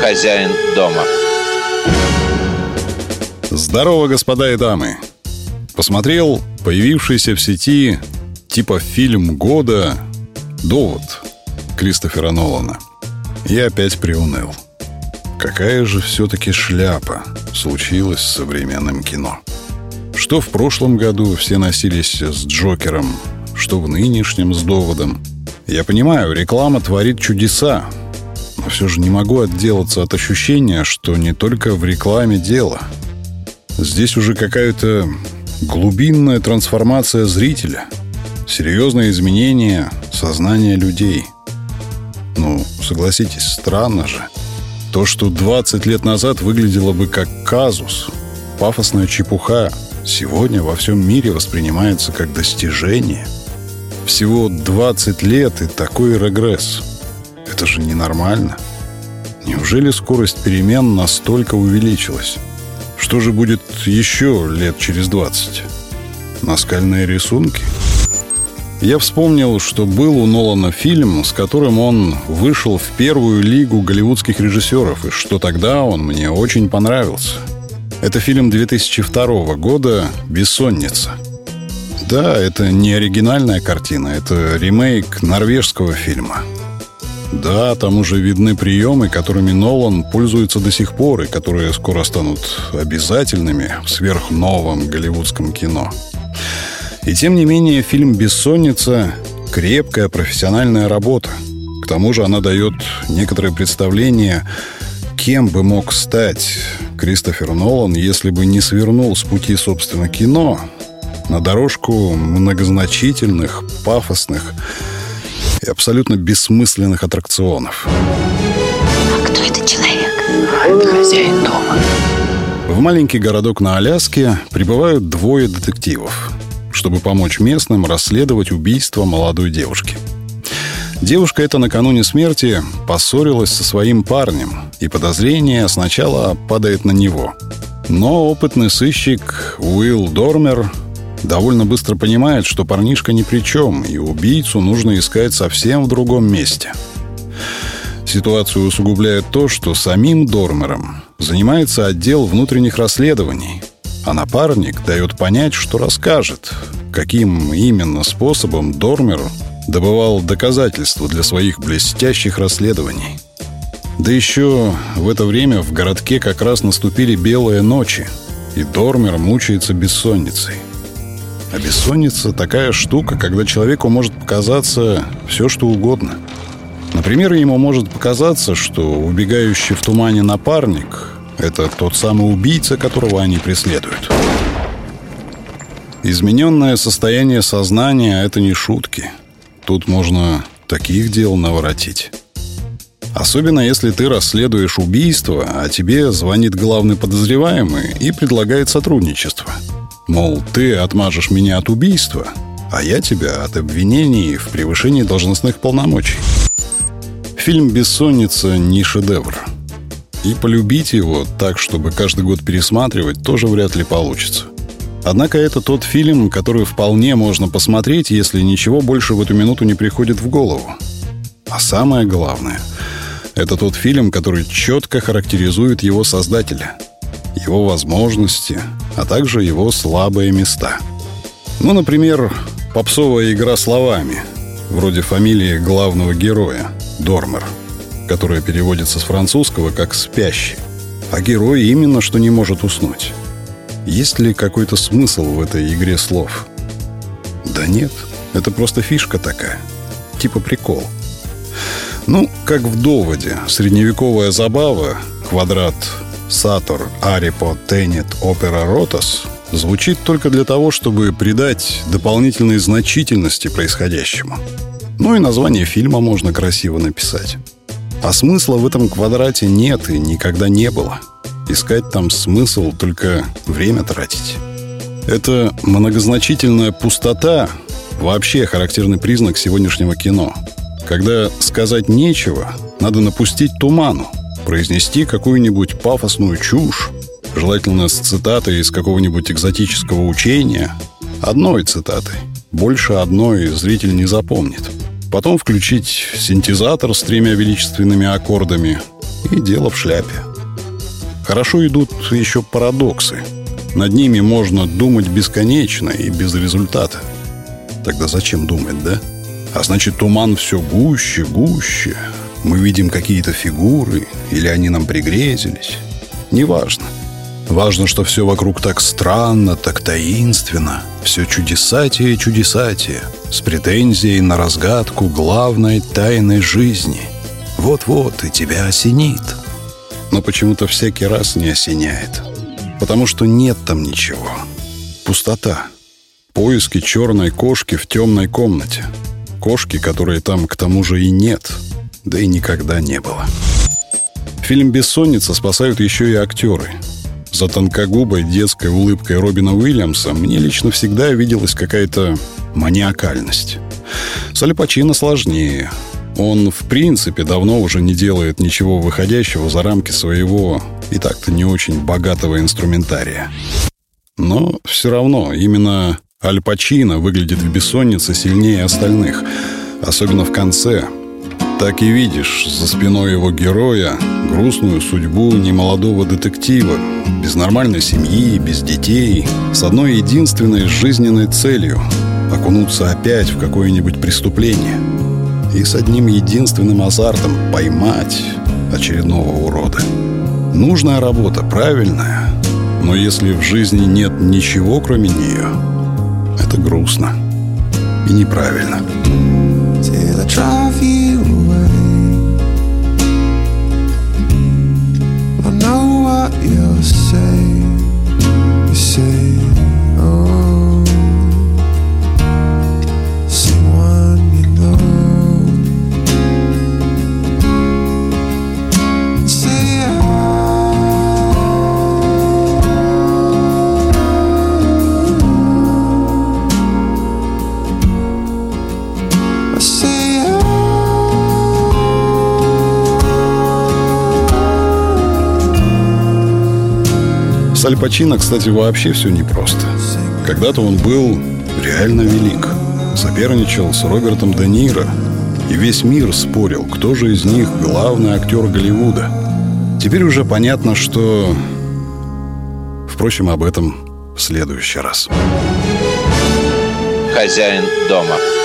хозяин дома. Здорово, господа и дамы. Посмотрел появившийся в сети типа фильм года «Довод» Кристофера Нолана и опять приуныл. Какая же все-таки шляпа случилась с современным кино. Что в прошлом году все носились с Джокером, что в нынешнем с «Доводом». Я понимаю, реклама творит чудеса, но все же не могу отделаться от ощущения, что не только в рекламе дело. Здесь уже какая-то глубинная трансформация зрителя, серьезное изменение сознания людей. Ну, согласитесь, странно же. То, что 20 лет назад выглядело бы как казус, пафосная чепуха, сегодня во всем мире воспринимается как достижение. Всего 20 лет и такой регресс. Это же ненормально. Неужели скорость перемен настолько увеличилась? Что же будет еще лет через 20? Наскальные рисунки? Я вспомнил, что был у Нолана фильм, с которым он вышел в первую лигу голливудских режиссеров, и что тогда он мне очень понравился. Это фильм 2002 года «Бессонница». Да, это не оригинальная картина, это ремейк норвежского фильма. Да, там уже видны приемы, которыми Нолан пользуется до сих пор и которые скоро станут обязательными в сверхновом голливудском кино. И тем не менее, фильм «Бессонница» — крепкая профессиональная работа. К тому же она дает некоторое представление, кем бы мог стать Кристофер Нолан, если бы не свернул с пути, собственно, кино на дорожку многозначительных, пафосных и абсолютно бессмысленных аттракционов. А кто этот человек? Это хозяин дома. В маленький городок на Аляске прибывают двое детективов, чтобы помочь местным расследовать убийство молодой девушки. Девушка эта накануне смерти поссорилась со своим парнем, и подозрение сначала падает на него. Но опытный сыщик Уилл Дормер довольно быстро понимает, что парнишка ни при чем, и убийцу нужно искать совсем в другом месте. Ситуацию усугубляет то, что самим Дормером занимается отдел внутренних расследований, а напарник дает понять, что расскажет, каким именно способом Дормер добывал доказательства для своих блестящих расследований. Да еще в это время в городке как раз наступили белые ночи, и Дормер мучается бессонницей. А бессонница — такая штука, когда человеку может показаться все, что угодно. Например, ему может показаться, что убегающий в тумане напарник — это тот самый убийца, которого они преследуют. Измененное состояние сознания — это не шутки. Тут можно таких дел наворотить. Особенно если ты расследуешь убийство, а тебе звонит главный подозреваемый и предлагает сотрудничество. Мол, ты отмажешь меня от убийства, а я тебя от обвинений в превышении должностных полномочий. Фильм «Бессонница» не шедевр. И полюбить его так, чтобы каждый год пересматривать, тоже вряд ли получится. Однако это тот фильм, который вполне можно посмотреть, если ничего больше в эту минуту не приходит в голову. А самое главное — это тот фильм, который четко характеризует его создателя, его возможности, а также его слабые места. Ну, например, попсовая игра словами, вроде фамилии главного героя — Дормер, которая переводится с французского как «спящий». А герой именно что не может уснуть. Есть ли какой-то смысл в этой игре слов? Да нет, это просто фишка такая, типа прикол. Ну, как в «Доводе», средневековая забава, квадрат «Сатор, Арипо, Тенет, Опера, Ротас» звучит только для того, чтобы придать дополнительной значительности происходящему. Ну и название фильма можно красиво написать. А смысла в этом квадрате нет и никогда не было. Искать там смысл, только время тратить. Это многозначительная пустота вообще характерный признак сегодняшнего кино. Когда сказать нечего, надо напустить туману, произнести какую-нибудь пафосную чушь, желательно с цитатой из какого-нибудь экзотического учения. Одной цитатой. Больше одной зритель не запомнит. Потом включить синтезатор с 3 величественными аккордами и дело в шляпе. Хорошо идут еще парадоксы. Над ними можно думать бесконечно и без результата. Тогда зачем думать, да? А значит, туман все гуще, гуще. Мы видим какие-то фигуры, или они нам пригрезились. Неважно. Важно, что все вокруг так странно, так таинственно. Все чудесатие и чудесатие, с претензией на разгадку главной тайны жизни. Вот-вот и тебя осенит. Но почему-то всякий раз не осеняет. Потому что нет там ничего. Пустота. Поиски черной кошки в темной комнате. Кошки, которой там к тому же и нет. Да и никогда не было. Фильм «Бессонница» спасают еще и актеры. За тонкогубой детской улыбкой Робина Уильямса мне лично всегда виделась какая-то маниакальность. С Аль Пачино сложнее. Он, в принципе, давно уже не делает ничего выходящего за рамки своего и так-то не очень богатого инструментария. Но все равно именно Аль Пачино выглядит в «Бессоннице» сильнее остальных. Особенно в конце. Так и видишь за спиной его героя грустную судьбу немолодого детектива, без нормальной семьи, без детей, с одной единственной жизненной целью — окунуться опять в какое-нибудь преступление. И с одним единственным азартом — поймать очередного урода. Нужная работа, правильная, но если в жизни нет ничего, кроме нее, это грустно и неправильно. С Аль Пачино, кстати, вообще все непросто. Когда-то он был реально велик. Соперничал с Робертом Де Ниро. И весь мир спорил, кто же из них главный актер Голливуда. Теперь уже понятно, что... Впрочем, об этом в следующий раз. Хозяин дома.